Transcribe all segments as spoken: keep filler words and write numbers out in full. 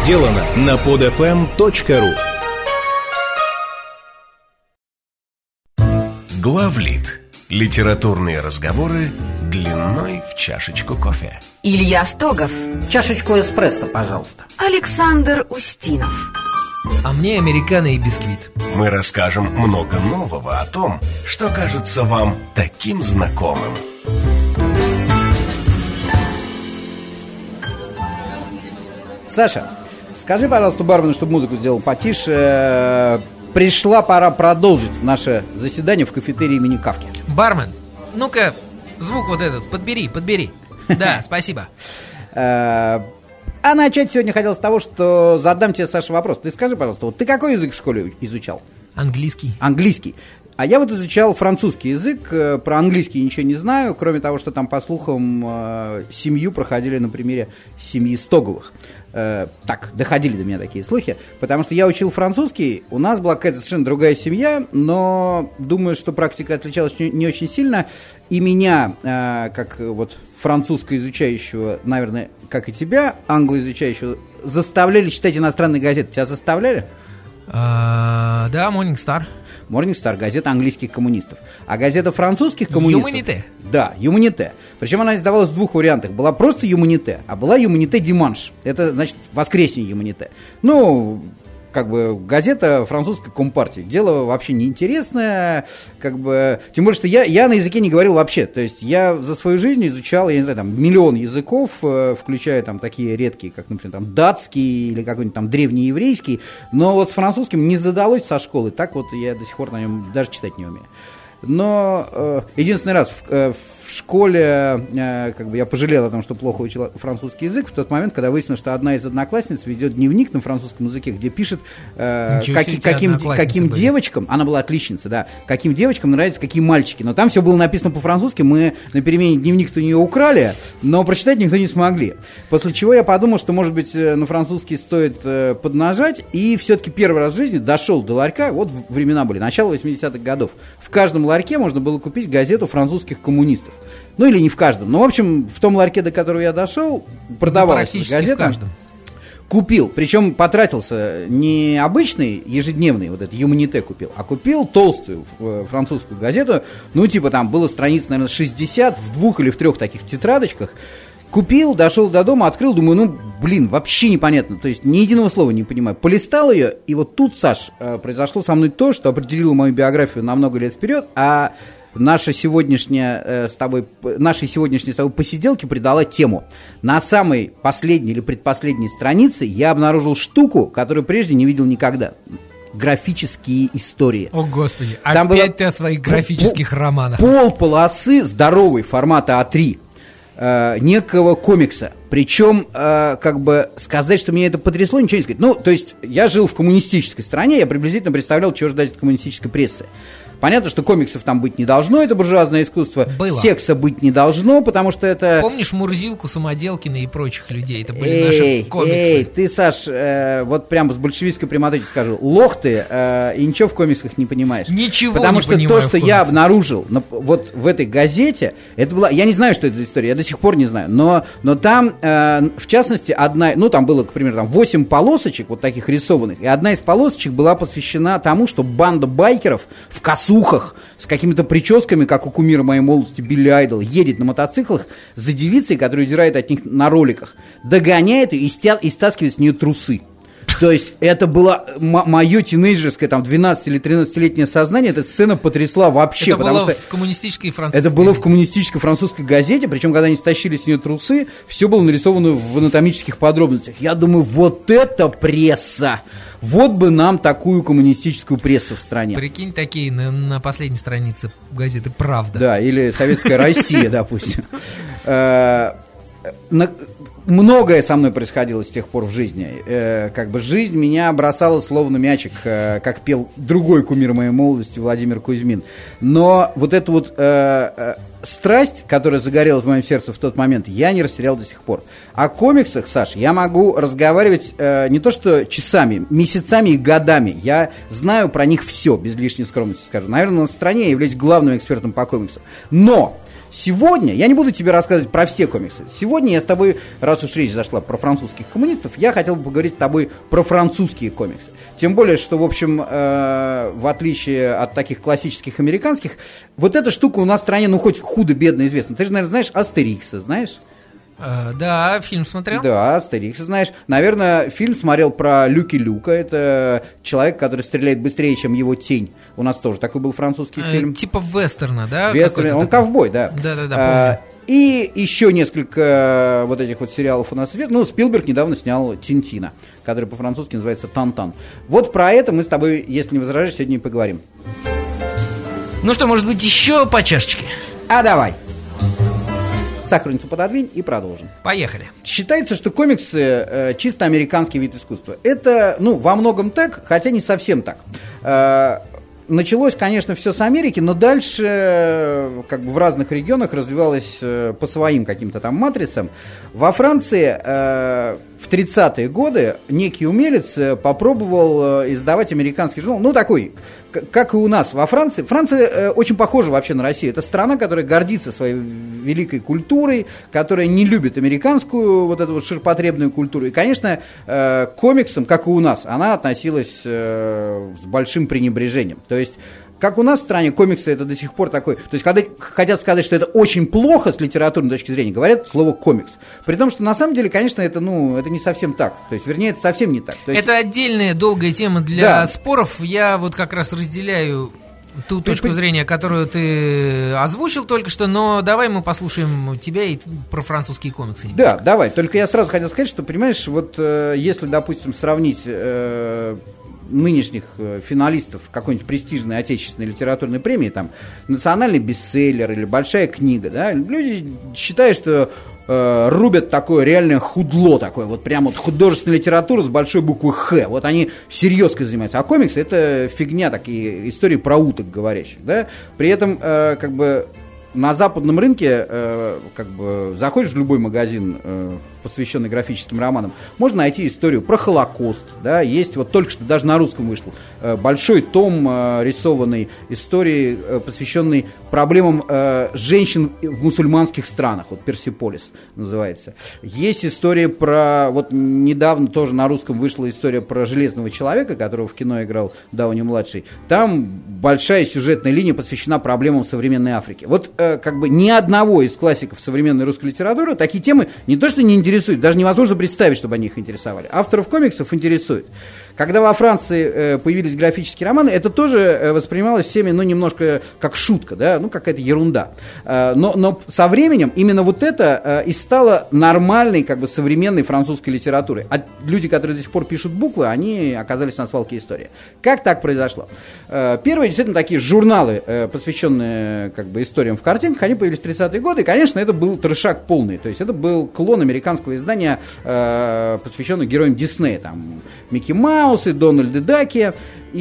сделано на под эф эм точка ру. Главлит. Литературные разговоры длиной в чашечку кофе. Илья Стогов. Чашечку эспрессо, пожалуйста. Александр Устинов. А мне американо и бисквит. Мы расскажем много нового о том, что кажется вам таким знакомым. Саша, скажи, пожалуйста, бармену, чтобы музыку сделал потише. Пришла пора продолжить наше заседание в кафетерии имени Кафки. Бармен, ну-ка, звук вот этот, подбери, подбери. Да, спасибо. А начать сегодня хотел с того, что задам тебе, Саша, вопрос. Ты скажи, пожалуйста, вот ты какой язык в школе изучал? Английский. Английский. А я вот изучал французский язык, про английский ничего не знаю, кроме того, что там, по слухам, семью проходили на примере семьи Стоговых. Так, доходили до меня такие слухи, потому что я учил французский, у нас была какая-то совершенно другая семья, но думаю, что практика отличалась не очень сильно, и меня, как вот французско-изучающего, наверное, как и тебя, англоизучающего, заставляли читать иностранные газеты. Тебя заставляли? А, да, Morning Star. Morning Star, газета английских коммунистов. А газета французских коммунистов... Юманите. Да, Юманите. Причем она издавалась в двух вариантах. Была просто Юманите, а была Юманите Диманш. Это, значит, воскресенье Юманите. Ну, как бы газета французской компартии. Дело вообще неинтересное, как бы... Тем более, что я, я на языке не говорил вообще. То есть я за свою жизнь изучал, я не знаю, там, миллион языков, включая там такие редкие, как, например, там, датский или какой-нибудь там древнееврейский. Но вот с французским не задалось со школы. Так вот я до сих пор на нем даже читать не умею. Но э, единственный раз в, э, в школе э, как бы я пожалел о том, что плохо учил французский язык, в тот момент, когда выяснилось, что одна из одноклассниц ведет дневник на французском языке, где пишет, э, как, каким, каким девочкам, она была отличница, да, каким девочкам нравятся какие мальчики. Но там все было написано по-французски, мы на перемене дневник-то у нее украли, но прочитать никто не смогли. После чего я подумал, что, может быть, на французский стоит э, поднажать, и все-таки первый раз в жизни дошел до ларька, вот времена были, начало восьмидесятых годов. В каждом ларьке можно было купить газету французских коммунистов. Ну или не в каждом. Но, в общем, в том ларьке, до которого я дошел, продавалась газета. Практически в каждом. Купил. Причем потратился не обычный ежедневный, вот этот Юманите купил, а купил толстую французскую газету. Ну, типа там было страниц, наверное, шестьдесят в двух или в трех таких тетрадочках. Купил, дошел до дома, открыл, думаю, ну, блин, вообще непонятно, то есть ни единого слова не понимаю. Полистал ее, и вот тут, Саш, произошло со мной то, что определило мою биографию на много лет вперед, а наша сегодняшняя э, с тобой, нашей сегодняшней с тобой посиделке придала тему. На самой последней или предпоследней странице я обнаружил штуку, которую прежде не видел никогда. Графические истории. О, Господи, там опять ты о своих графических пол, романах. Пол полосы здоровой формата а три. Некого комикса. Причем, э, как бы сказать, что меня это потрясло, ничего не сказать. Ну, то есть, я жил в коммунистической стране, я приблизительно представлял, чего ждать от коммунистической прессы. Понятно, что комиксов там быть не должно, это буржуазное искусство. Было. Секса быть не должно, потому что это... Помнишь Мурзилку, Самоделкина и прочих людей? Это были эй, наши комиксы. Эй, ты, Саш, э, вот прям с большевистской прямотой скажу, лох ты, э, и ничего в комиксах не понимаешь. Ничего потому не что понимаю то, что я обнаружил на, вот в этой газете, это была... Я не знаю, что это за история, я до сих пор не знаю, но, но там, э, в частности, одна... Ну, там было, к примеру, там восемь полосочек, вот таких рисованных, и одна из полосочек была посвящена тому, что банда байкеров в косухах с какими-то прическами, как у кумира моей молодости Билли Айдол, едет на мотоциклах за девицей, которая удирает от них на роликах, догоняет ее и, стя- и стаскивает с нее трусы. То есть это было м- мое тинейджерское, там, двенадцати- или тринадцатилетнее сознание, эта сцена потрясла вообще. Это потому было что в коммунистической французской Это было газете. в коммунистической французской газете, причем, когда они стащили с нее трусы, все было нарисовано в анатомических подробностях. Я думаю, вот это пресса! Вот бы нам такую коммунистическую прессу в стране. Прикинь, такие на, на последней странице газеты «Правда». Да, или «Советская Россия», допустим. Многое со мной происходило с тех пор в жизни. Как бы жизнь меня бросала словно мячик, как пел другой кумир моей молодости Владимир Кузьмин. Но вот эту вот страсть, которая загорелась в моем сердце в тот момент, я не растерял до сих пор. О комиксах, Саш, я могу разговаривать э, не то что часами, месяцами и годами. Я знаю про них все, без лишней скромности скажу. Наверное, на стране я являюсь главным экспертом по комиксам. Но сегодня, я не буду тебе рассказывать про все комиксы, сегодня я с тобой, раз уж речь зашла про французских коммунистов, я хотел бы поговорить с тобой про французские комиксы. Тем более, что, в общем, э, в отличие от таких классических американских, вот эта штука у нас в стране, ну, хоть худо-бедно известна. Ты же, наверное, знаешь Астерикса, знаешь? Э, да, фильм смотрел. Да, Астерикса знаешь. Наверное, фильм смотрел про Люки Люка. Это человек, который стреляет быстрее, чем его тень. У нас тоже такой был французский Э, фильм. Типа вестерна, да? Вестерн, он такой? ковбой, да. Да-да-да, А, помню. и еще несколько вот этих вот сериалов у нас есть. Ну, Спилберг недавно снял Тинтина, который по-французски называется Тантан. Вот про это мы с тобой, если не возражаешь, сегодня и поговорим. Ну что, может быть, еще по чашечке? А давай. Сахарницу пододвинь и продолжим. Поехали. Считается, что комиксы э, чисто американский вид искусства. Это, ну, во многом так, хотя не совсем так. Э, началось, конечно, все с Америки, но дальше, э, как бы в разных регионах развивалось э, по своим каким-то там матрицам. Во Франции э, в тридцатые годы некий умелец э, попробовал э, издавать американский журнал, ну, такой, к- как и у нас во Франции. Франция э, очень похожа вообще на Россию. Это страна, которая гордится своей великой культурой, которая не любит американскую вот эту вот ширпотребную культуру. И, конечно, э, к комиксам, как и у нас, она относилась э, с большим пренебрежением. То есть, как у нас в стране, комиксы это до сих пор такой... То есть, когда хотят сказать, что это очень плохо с литературной точки зрения, говорят слово «комикс». При том, что на самом деле, конечно, это, ну, это не совсем так. То есть, вернее, это совсем не так. То есть... Это отдельная долгая тема для Да. споров. Я вот как раз разделяю ту Ты точку по- зрения, которую ты озвучил только что, но давай мы послушаем тебя и про французские комиксы. Да, давай. Только я сразу хотел сказать, что, понимаешь, вот э, если, допустим, сравнить э, нынешних э, финалистов какой-нибудь престижной отечественной литературной премии, там, национальный бестселлер или большая книга, да, люди считают, что э, рубят такое реальное худло такое, вот прям вот художественная литература с большой буквы «Х», вот они всерьез занимаются, а комиксы это фигня, такие истории про уток говорящих, да, при этом, э, как бы, на западном рынке, э, как бы, заходишь в любой магазин, э, посвященный графическим романам, можно найти историю про Холокост, да, есть вот только что даже на русском вышел э, большой том э, рисованной истории, э, посвященной проблемам э, женщин в мусульманских странах, вот Персиполис называется. Есть история про, вот недавно тоже на русском вышла история про Железного человека, которого в кино играл Дауни-младший, там большая сюжетная линия посвящена проблемам современной Африки. Вот э, как бы ни одного из классиков современной русской литературы такие темы не то что не интересуют, даже невозможно представить, чтобы они их интересовали. Авторов комиксов интересует. Когда во Франции э, появились графические романы, это тоже э, воспринималось всеми, ну, немножко как шутка, да, ну, какая-то ерунда. Э, но, но со временем именно вот это э, и стало нормальной, как бы, современной французской литературой. А люди, которые до сих пор пишут буквы, они оказались на свалке истории. Как так произошло? Э, первые, действительно, такие журналы, э, посвященные, как бы, историям в картинках, они появились в тридцатые годы, и, конечно, это был трешак полный. То есть это был клон американского издания, э, посвященного героям Диснея, там, Микки Маус, и Дональды Даки,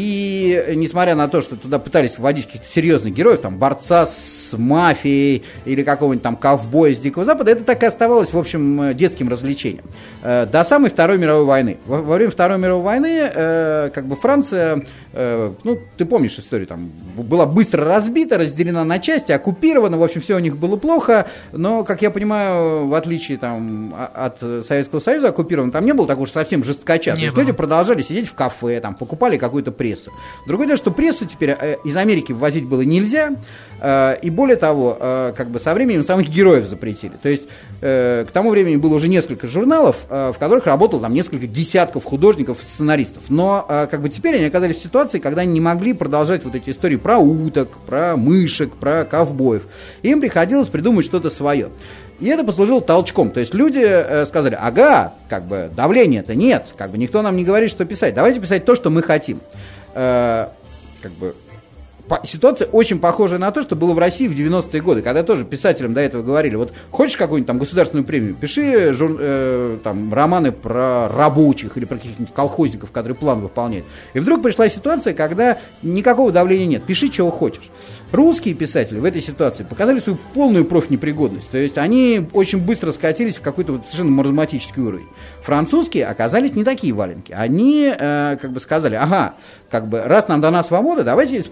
и несмотря на то, что туда пытались вводить каких-то серьезных героев, там, борца с мафией или какого-нибудь там ковбоя с Дикого Запада, это так и оставалось, в общем, детским развлечением. Э, до самой Второй мировой войны. Во, во время Второй мировой войны, э, как бы, Франция, э, ну, ты помнишь историю, там, была быстро разбита, разделена на части, оккупирована, в общем, все у них было плохо, но, как я понимаю, в отличие, там, от Советского Союза оккупированного, там не было такого уж совсем жесткача. То есть люди продолжали сидеть в кафе, там, покупали какую-то прессу. Другое дело, что прессу теперь э, из Америки ввозить было нельзя, э, и более того, э, как бы, со временем самых героев запретили. То есть э, к тому времени было уже несколько журналов, э, в которых работало там несколько десятков художников, сценаристов. Но э, как бы теперь они оказались в ситуации, когда они не могли продолжать вот эти истории про уток, про мышек, про ковбоев. Им приходилось придумать что-то свое. И это послужило толчком. То есть люди э, сказали: ага, как бы, давления-то нет, как бы, никто нам не говорит, что писать. Давайте писать то, что мы хотим. Э, как бы, ситуация очень похожая на то, что было в России в девяностые годы, когда тоже писателям до этого говорили: вот хочешь какую-нибудь там государственную премию, пиши жур, э, там, романы про рабочих или про каких-нибудь колхозников, которые план выполняют. И вдруг пришла ситуация, когда никакого давления нет, пиши чего хочешь. Русские писатели в этой ситуации показали свою полную профнепригодность, то есть они очень быстро скатились в какой-то вот совершенно маразматический уровень. Французские оказались не такие валенки, они э, как бы сказали: ага, как бы, раз нам дана свобода, давайте используем эту свободу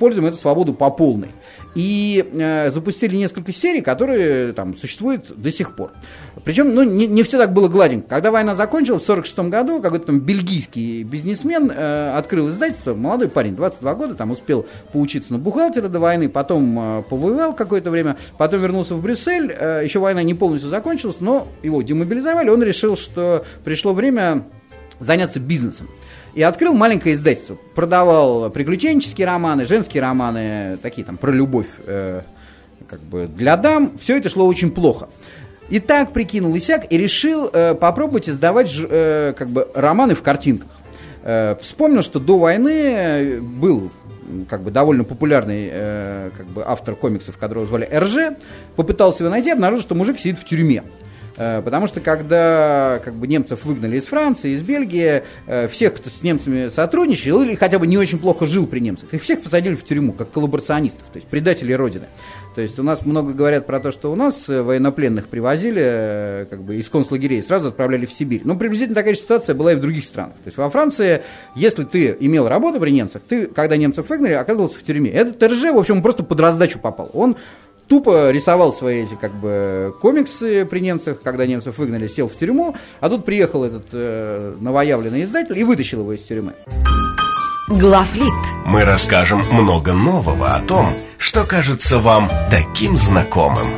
свободу по полной. И э, запустили несколько серий, которые там существуют до сих пор. Причем, ну, не, не все так было гладенько. Когда война закончилась, в сорок шестом году какой-то там бельгийский бизнесмен э, открыл издательство, молодой парень, двадцать два года, там успел поучиться на бухгалтера до войны, потом э, повоевал какое-то время, потом вернулся в Брюссель, э, еще война не полностью закончилась, но его демобилизовали, он решил, что пришло время заняться бизнесом. И открыл маленькое издательство. Продавал приключенческие романы, женские романы, такие там про любовь э, как бы для дам. Все это шло очень плохо. И так прикинул и сяк, и решил э, попробовать издавать э, как бы романы в картинках. Э, вспомнил, что до войны был как бы довольно популярный э, как бы автор комиксов, которого звали Эрже. Попытался его найти, обнаружил, что мужик сидит в тюрьме. Потому что когда как бы, немцев выгнали из Франции, из Бельгии, всех, кто с немцами сотрудничал или хотя бы не очень плохо жил при немцах, их всех посадили в тюрьму, как коллаборационистов, то есть предателей Родины. То есть у нас много говорят про то, что у нас военнопленных привозили как бы, из концлагерей, сразу отправляли в Сибирь. Но приблизительно такая же ситуация была и в других странах. То есть во Франции, если ты имел работу при немцах, ты, когда немцев выгнали, оказывался в тюрьме. Этот Эрже, в общем, просто под раздачу попал. Он тупо рисовал свои эти как бы комиксы при немцах, когда немцев выгнали, сел в тюрьму, а тут приехал этот э, новоявленный издатель и вытащил его из тюрьмы. Главлит. Мы расскажем много нового о том, что кажется вам таким знакомым.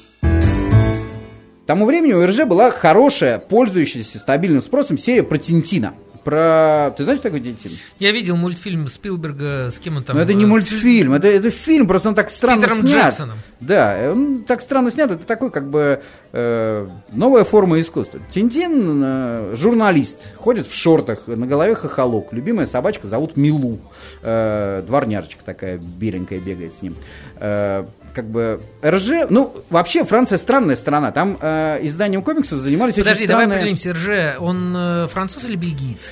К тому времени у Эрже была хорошая, пользующаяся стабильным спросом серия про Тинтина. Про... Ты знаешь, что такое Тинтин? Я видел мультфильм Спилберга, с кем он там... Но это не мультфильм, это, это фильм, просто он так странно Питером снят. Джексоном. Да, он так странно снят, это такой как бы э, новая форма искусства. Тинтин э, журналист, ходит в шортах, на голове хохолок, любимая собачка зовут Милу, э, дворняжечка такая беленькая бегает с ним. Э, как бы Эрже, ну, вообще Франция странная страна, там э, изданием комиксов занимались Подожди, очень давай странные... определимся, Эрже, он э, француз или бельгиец?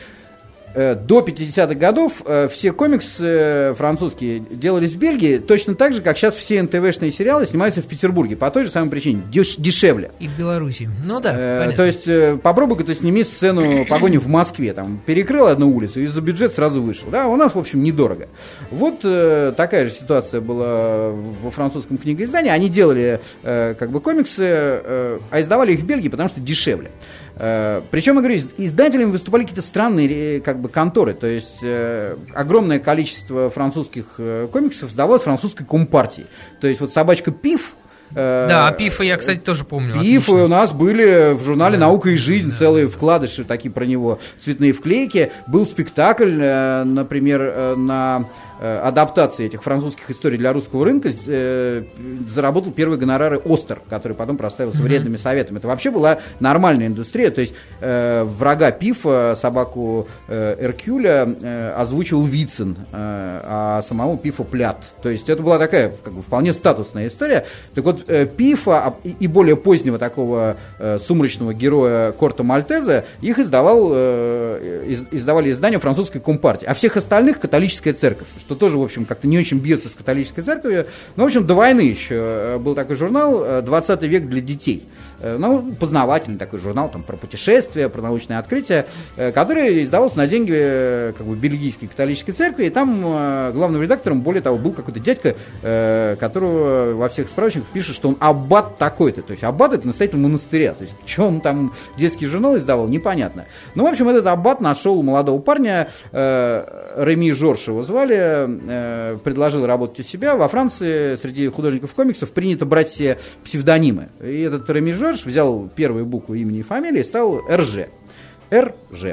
До пятидесятых годов э, все комиксы э, французские делались в Бельгии, точно так же, как сейчас все эн тэ вэ-шные сериалы снимаются в Петербурге, по той же самой причине, деш- дешевле. И в Беларуси. Ну да, э, понятно. То есть э, попробуй-ка ты сними сцену погони в Москве, там, перекрыл одну улицу и за бюджет сразу вышел. Да, у нас, в общем, недорого. Вот э, такая же ситуация была во французском книгоиздании. Они делали э, как бы комиксы, э, а издавали их в Бельгии, потому что дешевле. Причем, я говорю, издателями выступали какие-то странные как бы, конторы. То есть э, огромное количество французских э, комиксов сдавалось французской компартии. То есть вот собачка Пиф. Э, да, Пифа я, кстати, тоже помню. Пифы у нас были в журнале да. «Наука и жизнь», да. целые вкладыши такие про него, цветные вклейки. Был спектакль, э, например, э, на... адаптации этих французских историй для русского рынка э, заработал первые гонорары Остер, который потом прославился mm-hmm. вредными советами. Это вообще была нормальная индустрия, то есть э, врага Пифа, собаку э, Эркюля, э, озвучивал Вицин, э, а самого Пифа Плят. То есть это была такая как бы, вполне статусная история. Так вот, э, Пифа и, и более позднего такого э, сумрачного героя Корто Мальтезе, их издавал, э, из, издавали издания французской компартии, а всех остальных католическая церковь, что тоже, в общем, как-то не очень бьется с католической церковью. Но, в общем, до войны еще был такой журнал «двадцатый век для детей». Ну, познавательный такой журнал там, про путешествия, про научные открытия, который издавался на деньги как бы, бельгийской католической церкви. И там главным редактором, более того, был какой-то дядька, которого во всех справочниках пишет, что он аббат такой-то. То есть аббат — это настоятель монастыря. То есть что он там детский журнал издавал, непонятно. Ну, в общем, этот аббат нашел молодого парня, Реми Жорж его звали, предложил работать у себя. Во Франции среди художников комиксов принято брать себе псевдонимы. И этот Реми Жорж взял первую букву имени и фамилии и стал Эрже. Эрже.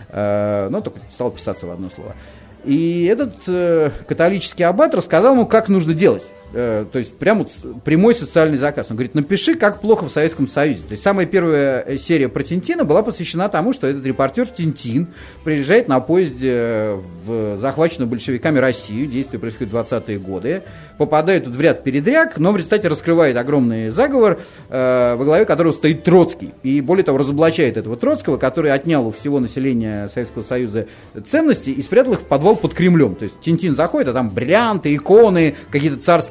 Но только стал писаться в одно слово. И этот э, католический аббат рассказал ему, как нужно делать. Э, то есть прямо прямой социальный заказ. Он говорит, напиши, как плохо в Советском Союзе. То есть самая первая серия про Тинтина была посвящена тому, что этот репортер Тинтин приезжает на поезде в захваченную большевиками Россию. Действие происходит в двадцатые годы. Попадает тут в ряд передряг, но в результате раскрывает огромный заговор, э, во главе которого стоит Троцкий. И более того, разоблачает этого Троцкого, который отнял у всего населения Советского Союза ценности и спрятал их в подвал под Кремлем. То есть Тинтин заходит, а там бриллианты, иконы, какие-то царские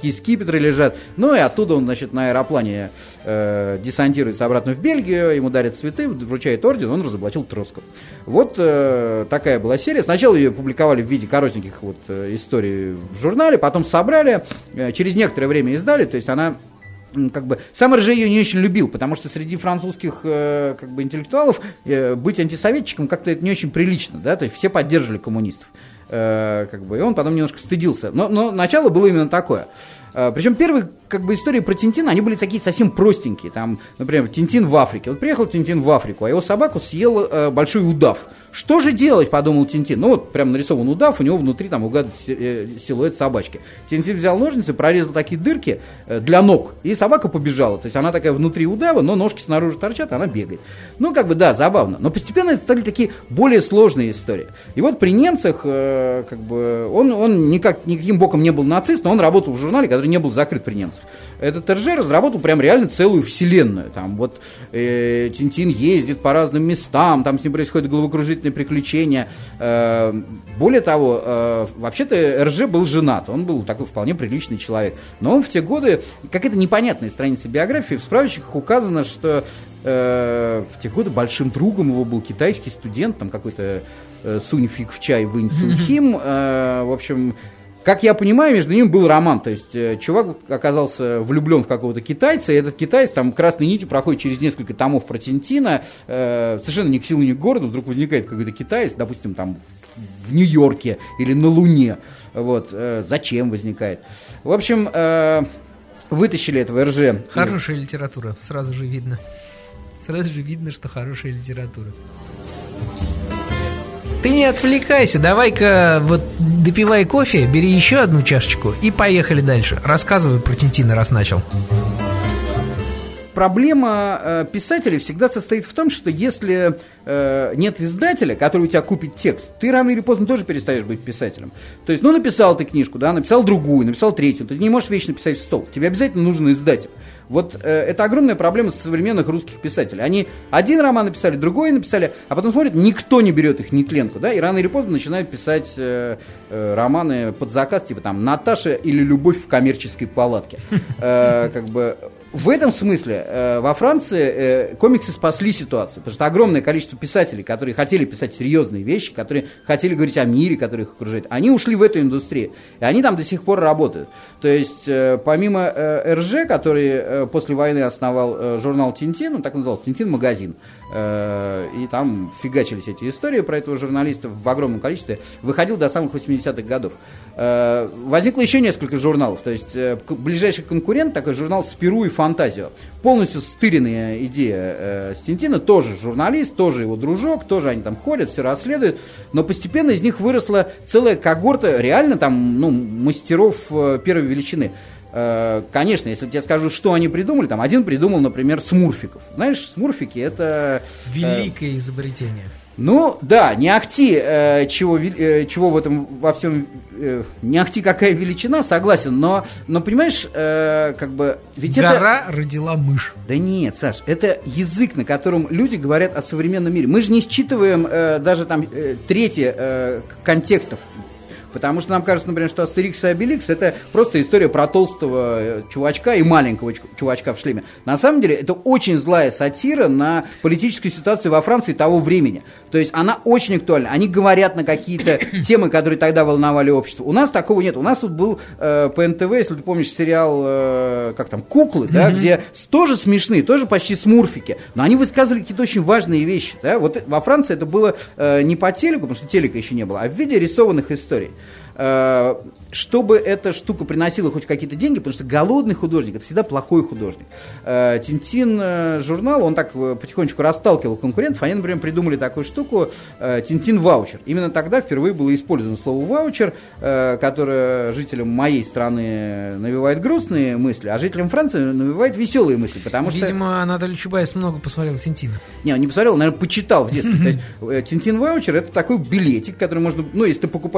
гигантские скипетры лежат. Ну и оттуда он, значит, на аэроплане э, десантируется обратно в Бельгию, ему дарят цветы, вручает орден, он разоблачил Троцкого. Вот э, такая была серия. Сначала ее публиковали в виде коротеньких вот э, историй в журнале, потом собрали, э, через некоторое время издали, то есть она... Как бы, сам Эрже ее не очень любил, потому что среди французских э, как бы, интеллектуалов э, быть антисоветчиком как-то это не очень прилично, да, то есть все поддерживали коммунистов, э, как бы, и он потом немножко стыдился, но, но начало было именно такое. Э, причем первые как бы, истории про Тинтина, они были такие совсем простенькие, там, например, Тинтин в Африке, вот приехал Тинтин в Африку, а его собаку съел э, большой удав. Что же делать, подумал Тинтин. Ну вот прям нарисован удав, у него внутри там угадывает силуэт собачки. Тинтин взял ножницы, прорезал такие дырки для ног, и собака побежала. То есть она такая внутри удава, но ножки снаружи торчат, она бегает. Ну как бы да, забавно. Но постепенно это стали такие более сложные истории. И вот при немцах как бы он, он никак, никаким боком не был нацист, но он работал в журнале, который не был закрыт при немцах. Этот Эрже разработал прям реально целую вселенную. Там вот э, Тинтин ездит по разным местам, там с ним происходят головокружительные приключения. Э, более того, э, вообще-то Эрже был женат, он был такой вполне приличный человек. Но он в те годы, какая-то непонятная страница биографии, в справочниках указано, что э, в те годы большим другом его был китайский студент, там какой-то э, Сунь Фиг в чай, Вынь Сунь Хим. Э, в общем... Как я понимаю, между ними был роман, то есть э, чувак оказался влюблен в какого-то китайца, и этот китаец там красной нитью проходит через несколько томов про Тинтина, э, совершенно ни к силу, ни к городу, вдруг возникает какой-то китаец, допустим, там в, в Нью-Йорке или на Луне, вот, э, зачем возникает. В общем, э, вытащили этого Эрже. Хорошая литература, сразу же видно, сразу же видно, что хорошая литература. Ты не отвлекайся, давай-ка вот допивай кофе, бери еще одну чашечку и поехали дальше. Рассказывай про Тинтина, раз начал. Проблема э, писателей всегда состоит в том, что если э, нет издателя, который у тебя купит текст, ты рано или поздно тоже перестаешь быть писателем. То есть, ну, написал ты книжку, да, написал другую, написал третью, ты не можешь вечно писать в стол, тебе обязательно нужен издатель. Вот э, это огромная проблема современных русских писателей. Они один роман написали, другой написали, а потом смотрят, никто не берет их нетленку, да, и рано или поздно начинают писать э, э, романы под заказ, типа там «Наташа» или «Любовь в коммерческой палатке». Э, как бы в этом смысле э, во Франции э, комиксы спасли ситуацию, потому что огромное количество писателей, которые хотели писать серьезные вещи, которые хотели говорить о мире, который их окружает, они ушли в эту индустрию, и они там до сих пор работают. То есть э, помимо э, Эрже, который э, после войны основал э, журнал «Тинтин», он так назывался, «Тинтин-магазин», э, и там фигачились эти истории про этого журналиста в огромном количестве, выходил до самых восьмидесятых годов. Э, возникло еще несколько журналов, то есть э, ближайший конкурент, такой журнал «Спиру и Фантазио». Полностью стыренная идея э, с Тинтина, тоже журналист, тоже его дружок, тоже они там ходят, все расследуют, но постепенно из них выросла целая когорта реально там, ну, мастеров э, первой величины. Э, конечно, если я скажу, что они придумали, там один придумал, например, смурфиков. Знаешь, смурфики это... Э, Великое изобретение. Ну, да, не ахти, э, чего, э, чего в этом во всем, э, не ахти какая величина, согласен, но, но понимаешь, э, как бы... Ведь Гора это... родила мышь. Да нет, Саш, это язык, на котором люди говорят о современном мире. Мы же не считываем э, даже там э, трети э, контекстов. Потому что нам кажется, например, что Астерикс и Обеликс — это просто история про толстого чувачка и маленького чувачка в шлеме. На самом деле это очень злая сатира на политическую ситуацию во Франции того времени. То есть она очень актуальна. Они говорят на какие-то темы, которые тогда волновали общество. У нас такого нет. У нас тут был э, по эн тэ вэ, если ты помнишь, сериал э, как там, «Куклы», mm-hmm. да, где тоже смешные, тоже почти смурфики, но они высказывали какие-то очень важные вещи. Да? Вот во Франции это было э, не по телеку, потому что телека еще не было, а в виде рисованных историй. Чтобы эта штука приносила хоть какие-то деньги, потому что голодный художник — это всегда плохой художник. Тинтин журнал, он так потихонечку расталкивал конкурентов. Они, например, придумали такую штуку Тинтин-ваучер. Именно тогда впервые было использовано слово «ваучер», которое жителям моей страны навевает грустные мысли, а жителям Франции навевает веселые мысли, потому что... Видимо, Анатолий Чубайс много посмотрел Тинтина. Не, он не посмотрел, наверное, почитал в детстве. Тинтин-ваучер — это такой билетик, который можно... Ну, если ты покупаешь журналы,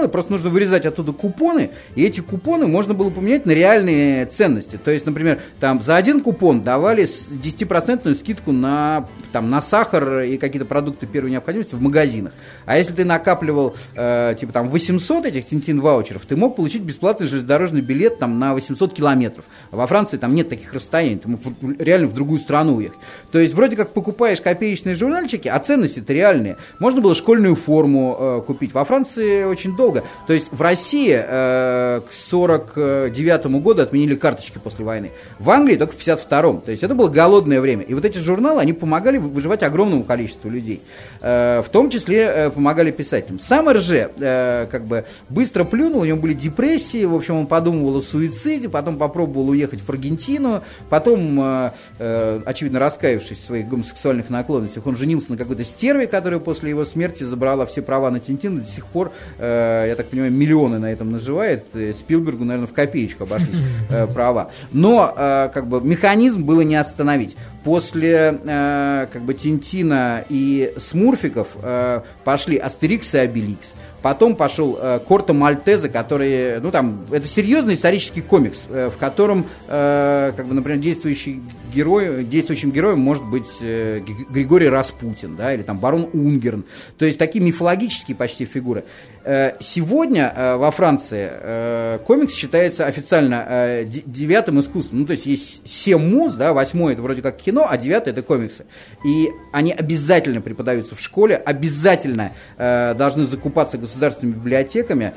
просто нужно вырезать оттуда купоны, и эти купоны можно было поменять на реальные ценности. То есть, например, там за один купон давали десятипроцентную скидку на, там, на сахар и какие-то продукты первой необходимости в магазинах. А если ты накапливал э, типа там восемьсот этих Тинтин-ваучеров, ты мог получить бесплатный железнодорожный билет там, на восемьсот километров. А во Франции там нет таких расстояний, ты мог в, реально в другую страну уехать. То есть вроде как покупаешь копеечные журнальчики, а ценности-то реальные. Можно было школьную форму э, купить. Во Франции очень долго. То есть в России э, к сорок девятому году отменили карточки после войны. В Англии только в пятьдесят втором. То есть это было голодное время. И вот эти журналы, они помогали выживать огромному количеству людей. Э, в том числе э, помогали писателям. Сам Эрже э, как бы быстро плюнул, у него были депрессии, в общем, он подумывал о суициде, потом попробовал уехать в Аргентину, потом, э, э, очевидно, раскаявшись в своих гомосексуальных наклонностях, он женился на какой-то стерве, которая после его смерти забрала все права на Тинтина, до сих пор, э, я так понимаю, миллионы на этом наживает, Спилбергу, наверное, в копеечку обошлись э, права. Но, э, как бы, механизм было не остановить. После э, как бы Тинтина и Смурфиков э, пошли Астерикс и Обеликс. Потом пошел э, Корто Мальтезе, который, ну там, это серьезный исторический комикс, э, в котором, э, как бы, например, действующий герой, действующим героем может быть э, Григорий Распутин, да, или там барон Унгерн. То есть такие мифологические почти фигуры. Э, сегодня э, во Франции э, комикс считается официально э, девятым искусством. Ну, то есть есть семь муз, да, восьмой это вроде как кино, а девятый это комиксы. И они обязательно преподаются в школе, обязательно э, должны закупаться государственными библиотеками.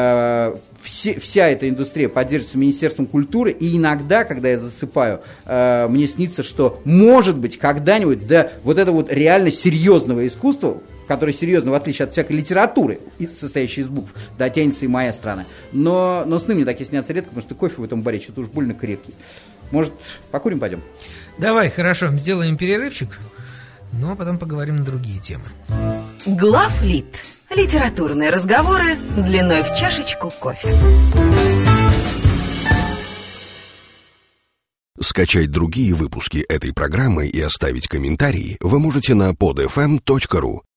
Э, все, вся эта индустрия поддерживается Министерством культуры. И иногда, когда я засыпаю, э, мне снится, что, может быть, когда-нибудь до вот этого вот реально серьезного искусства, которое серьезно, в отличие от всякой литературы, состоящей из букв, дотянется и моя страна. Но, но сны мне такие снятся редко, потому что кофе в этом баре что-то уж больно крепкий. Может, покурим пойдем? Давай, хорошо, сделаем перерывчик, ну а потом поговорим на другие темы. Главлит. Литературные разговоры длиной в чашечку кофе. Скачать другие выпуски этой программы и оставить комментарии вы можете на под эф эм точка ру.